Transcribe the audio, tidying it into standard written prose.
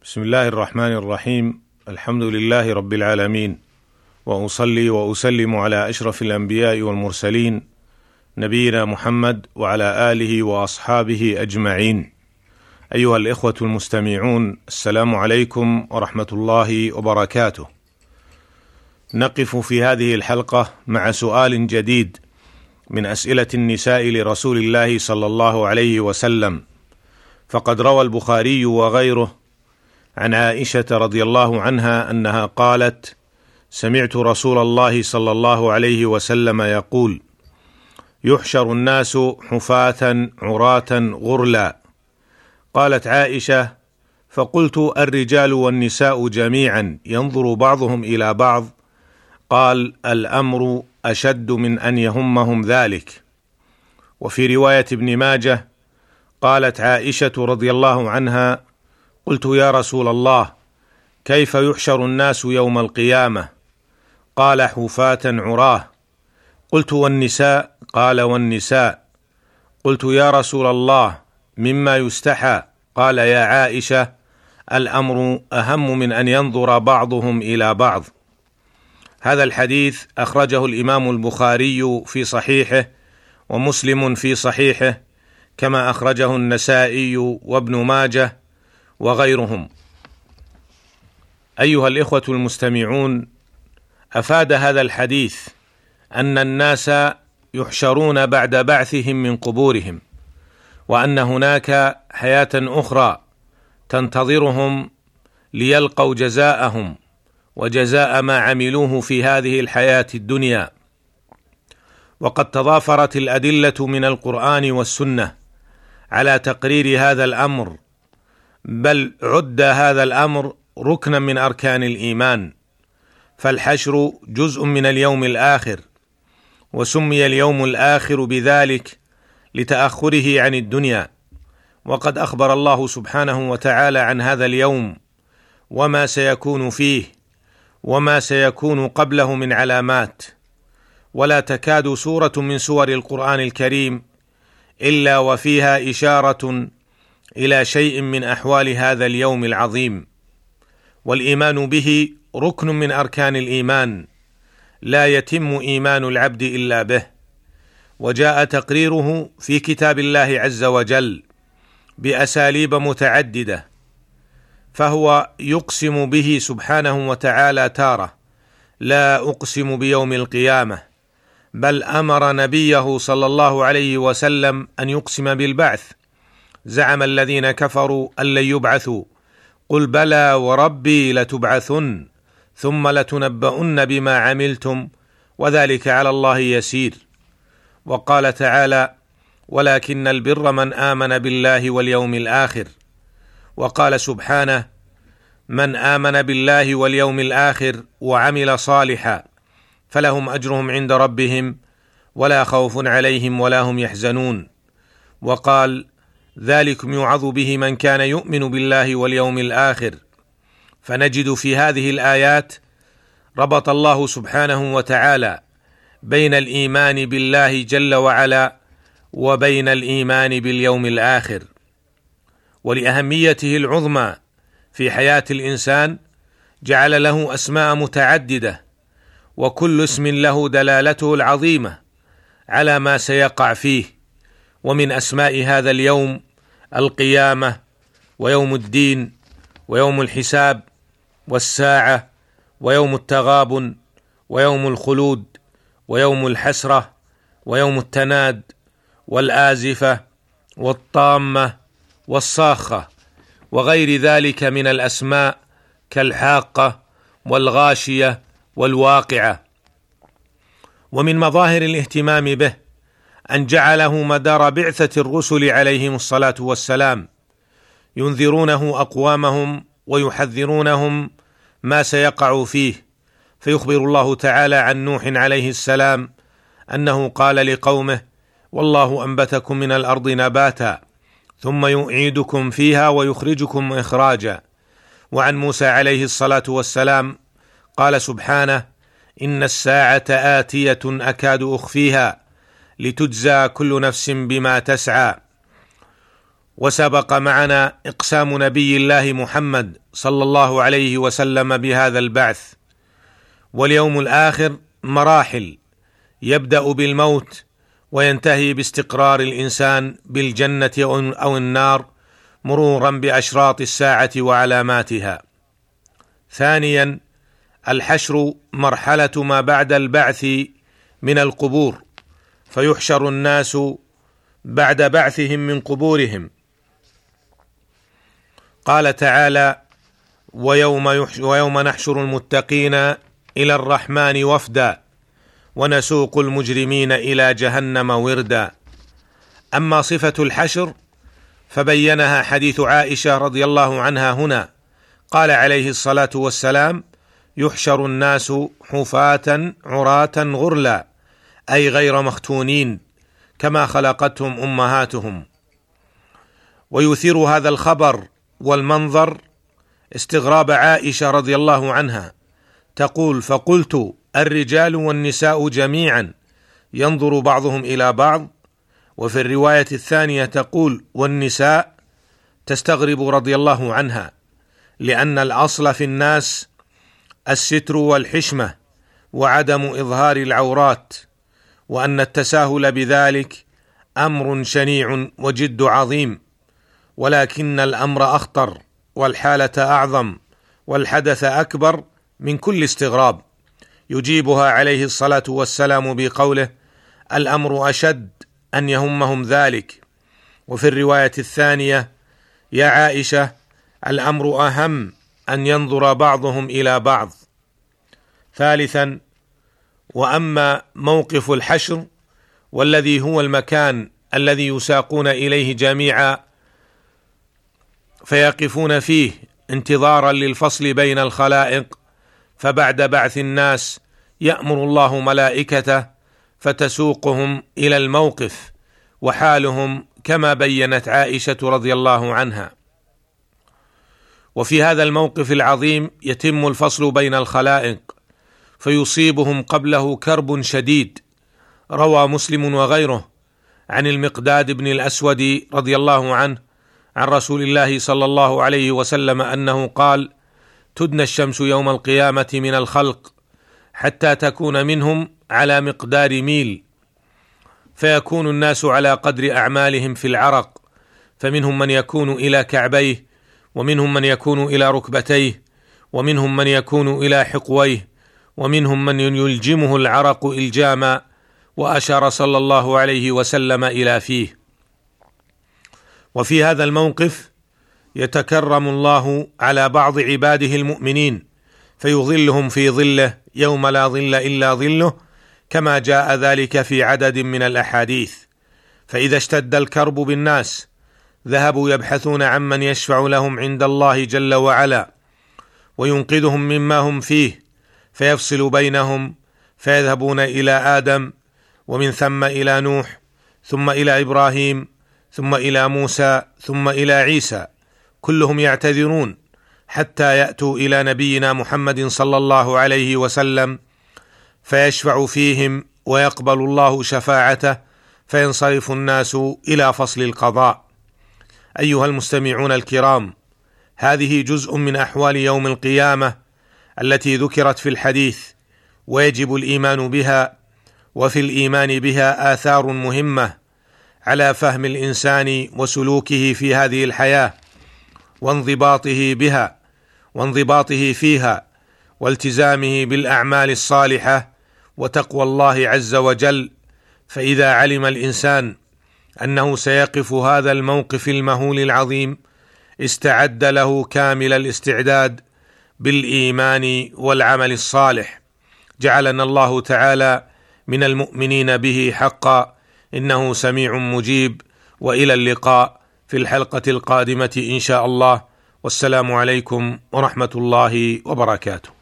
بسم الله الرحمن الرحيم. الحمد لله رب العالمين، وأصلي وأسلم على أشرف الأنبياء والمرسلين نبينا محمد وعلى آله وأصحابه أجمعين. أيها الإخوة المستمعون، السلام عليكم ورحمة الله وبركاته. نقف في هذه الحلقة مع سؤال جديد من أسئلة النساء لرسول الله صلى الله عليه وسلم، فقد روى البخاري وغيره عن عائشة رضي الله عنها أنها قالت: سمعت رسول الله صلى الله عليه وسلم يقول: يحشر الناس حفاة عراة غرلا. قالت عائشة: فقلت: الرجال والنساء جميعا ينظر بعضهم إلى بعض؟ قال: الأمر أشد من أن يهمهم ذلك. وفي رواية ابن ماجه قالت عائشة رضي الله عنها: قلت: يا رسول الله، كيف يحشر الناس يوم القيامة؟ قال: حفاة عراه. قلت: والنساء؟ قال: والنساء. قلت: يا رسول الله، مما يستحى؟ قال: يا عائشة، الأمر أهم من أن ينظر بعضهم إلى بعض. هذا الحديث أخرجه الإمام البخاري في صحيحه، ومسلم في صحيحه، كما أخرجه النسائي وابن ماجه وغيرهم. أيها الإخوة المستمعون، أفاد هذا الحديث أن الناس يحشرون بعد بعثهم من قبورهم، وأن هناك حياة أخرى تنتظرهم ليلقوا جزاءهم وجزاء ما عملوه في هذه الحياة الدنيا. وقد تضافرت الأدلة من القرآن والسنة على تقرير هذا الأمر، بل عد هذا الأمر ركنا من أركان الإيمان، فالحشر جزء من اليوم الآخر، وسمي اليوم الآخر بذلك لتأخره عن الدنيا. وقد أخبر الله سبحانه وتعالى عن هذا اليوم وما سيكون فيه وما سيكون قبله من علامات، ولا تكاد سورة من سور القرآن الكريم إلا وفيها إشارة إلى شيء من أحوال هذا اليوم العظيم. والإيمان به ركن من أركان الإيمان، لا يتم إيمان العبد إلا به، وجاء تقريره في كتاب الله عز وجل بأساليب متعددة، فهو يقسم به سبحانه وتعالى تارة: لا أقسم بيوم القيامة، بل أمر نبيه صلى الله عليه وسلم أن يقسم بالبعث. زعم الذين كفروا أن لن يبعثوا، قل بلى وربي لتبعثن ثم لتنبؤن بما عملتم وذلك على الله يسير. وقال تعالى: ولكن البر من آمن بالله واليوم الآخر. وقال سبحانه: من آمن بالله واليوم الآخر وعمل صالحا فلهم أجرهم عند ربهم ولا خوف عليهم ولا هم يحزنون. وقال: ذلكم يوعظ به من كان يؤمن بالله واليوم الآخر. فنجد في هذه الآيات ربط الله سبحانه وتعالى بين الإيمان بالله جل وعلا وبين الإيمان باليوم الآخر. ولأهميته العظمى في حياة الإنسان جعل له أسماء متعددة، وكل اسم له دلالته العظيمة على ما سيقع فيه. ومن أسماء هذا اليوم القيامة، ويوم الدين، ويوم الحساب، والساعة، ويوم التغابن، ويوم الخلود، ويوم الحسرة، ويوم التناد، والآزفة، والطامة، والصاخة، وغير ذلك من الأسماء كالحاقة والغاشية والواقعة. ومن مظاهر الاهتمام به أن جعله مدار بعثة الرسل عليهم الصلاة والسلام، ينذرونه أقوامهم ويحذرونهم ما سيقع فيه. فيخبر الله تعالى عن نوح عليه السلام أنه قال لقومه: والله أنبتكم من الأرض نباتا ثم يعيدكم فيها ويخرجكم إخراجا. وعن موسى عليه الصلاة والسلام قال سبحانه: إن الساعة آتية أكاد أخفيها لتجزى كل نفس بما تسعى. وسبق معنا إقسام نبي الله محمد صلى الله عليه وسلم بهذا البعث. واليوم الآخر مراحل، يبدأ بالموت وينتهي باستقرار الإنسان بالجنة أو النار، مرورا بأشراط الساعة وعلاماتها. ثانيا الحشر، مرحلة ما بعد البعث من القبور، فيحشر الناس بعد بعثهم من قبورهم. قال تعالى: ويوم نحشر المتقين إلى الرحمن وفدا ونسوق المجرمين إلى جهنم وردا. أما صفة الحشر فبينها حديث عائشة رضي الله عنها هنا. قال عليه الصلاة والسلام: يحشر الناس حفاة عراة غرلا، أي غير مختونين كما خلقتهم أمهاتهم. ويثير هذا الخبر والمنظر استغراب عائشة رضي الله عنها، تقول: فقلت: الرجال والنساء جميعا ينظر بعضهم إلى بعض؟ وفي الرواية الثانية تقول: والنساء، تستغرب رضي الله عنها، لأن الأصل في الناس الستر والحشمة وعدم إظهار العورات، وأن التساهل بذلك أمر شنيع وجد عظيم، ولكن الأمر أخطر والحالة أعظم والحدث أكبر من كل استغراب. يجيبها عليه الصلاة والسلام بقوله: الأمر أشد أن يهمهم ذلك. وفي الرواية الثانية: يا عائشة، الأمر أهم أن ينظر بعضهم إلى بعض. ثالثا، وأما موقف الحشر، والذي هو المكان الذي يساقون إليه جميعا فيقفون فيه انتظارا للفصل بين الخلائق، فبعد بعث الناس يأمر الله ملائكته فتسوقهم إلى الموقف، وحالهم كما بينت عائشة رضي الله عنها. وفي هذا الموقف العظيم يتم الفصل بين الخلائق، فيصيبهم قبله كرب شديد. روى مسلم وغيره عن المقداد بن الأسود رضي الله عنه عن رسول الله صلى الله عليه وسلم أنه قال: تدنى الشمس يوم القيامة من الخلق حتى تكون منهم على مقدار ميل، فيكون الناس على قدر أعمالهم في العرق، فمنهم من يكون إلى كعبيه، ومنهم من يكون إلى ركبتيه، ومنهم من يكون إلى حقويه، ومنهم من يلجمه العرق إلجاما، وأشار صلى الله عليه وسلم إلى فيه. وفي هذا الموقف يتكرم الله على بعض عباده المؤمنين فيظلهم في ظله يوم لا ظل إلا ظله، كما جاء ذلك في عدد من الأحاديث. فإذا اشتد الكرب بالناس ذهبوا يبحثون عمن يشفع لهم عند الله جل وعلا وينقذهم مما هم فيه، فيفصل بينهم، فيذهبون إلى آدم، ومن ثم إلى نوح، ثم إلى إبراهيم، ثم إلى موسى، ثم إلى عيسى، كلهم يعتذرون حتى يأتوا إلى نبينا محمد صلى الله عليه وسلم، فيشفع فيهم ويقبل الله شفاعته، فينصرف الناس إلى فصل القضاء. أيها المستمعون الكرام، هذه جزء من أحوال يوم القيامة التي ذكرت في الحديث، ويجب الإيمان بها. وفي الإيمان بها آثار مهمة على فهم الإنسان وسلوكه في هذه الحياة، وانضباطه بها، وانضباطه فيها، والتزامه بالأعمال الصالحة وتقوى الله عز وجل. فإذا علم الإنسان أنه سيقف هذا الموقف المهول العظيم استعد له كامل الاستعداد بالإيمان والعمل الصالح. جعلنا الله تعالى من المؤمنين به حقا، إنه سميع مجيب. وإلى اللقاء في الحلقة القادمة إن شاء الله، والسلام عليكم ورحمة الله وبركاته.